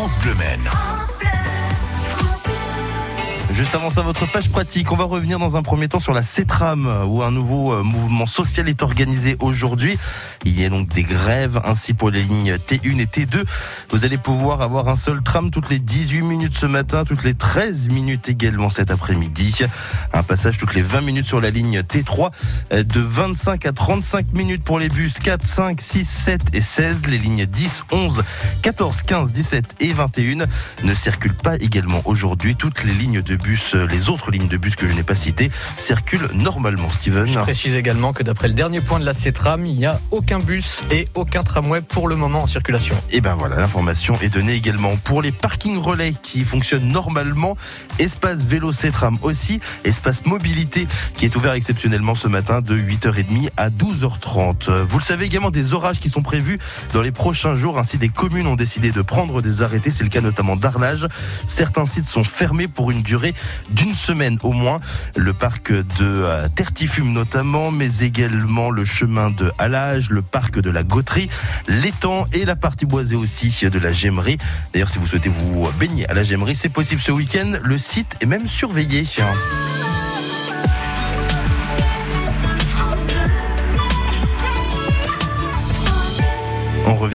France Bleu Maine. Juste avant ça, votre page pratique. On va revenir dans un premier temps sur la CETRAM, où un nouveau mouvement social est organisé aujourd'hui. Il y a donc des grèves, ainsi pour les lignes T1 et T2. Vous allez pouvoir avoir un seul tram toutes les 18 minutes ce matin, toutes les 13 minutes également cet après-midi. Un passage toutes les 20 minutes sur la ligne T3, de 25 à 35 minutes pour les bus 4, 5, 6, 7 et 16. Les lignes 10, 11, 14, 15, 17 et 21 ne circulent pas également aujourd'hui. Toutes les lignes de bus, les autres lignes de bus que je n'ai pas citées, circulent normalement. Steven. Je précise également que d'après le dernier point de la CETRAM, il n'y a aucun bus et aucun tramway pour le moment en circulation. Et ben voilà, l'information est donnée également. Pour les parkings relais qui fonctionnent normalement, espace vélo CETRAM aussi, espace mobilité qui est ouvert exceptionnellement ce matin de 8h30 à 12h30. Vous le savez également, des orages qui sont prévus dans les prochains jours, ainsi des communes ont décidé de prendre des arrêtés, c'est le cas notamment d'Arlage. Certains sites sont fermés pour une durée d'une semaine au moins. Le parc de Tertifume notamment, mais également le chemin de Halage, le parc de la Gauterie, l'étang et la partie boisée aussi de la Gemmerie. D'ailleurs, si vous souhaitez vous baigner à la Gemmerie, c'est possible ce week-end. Le site est même surveillé. On revient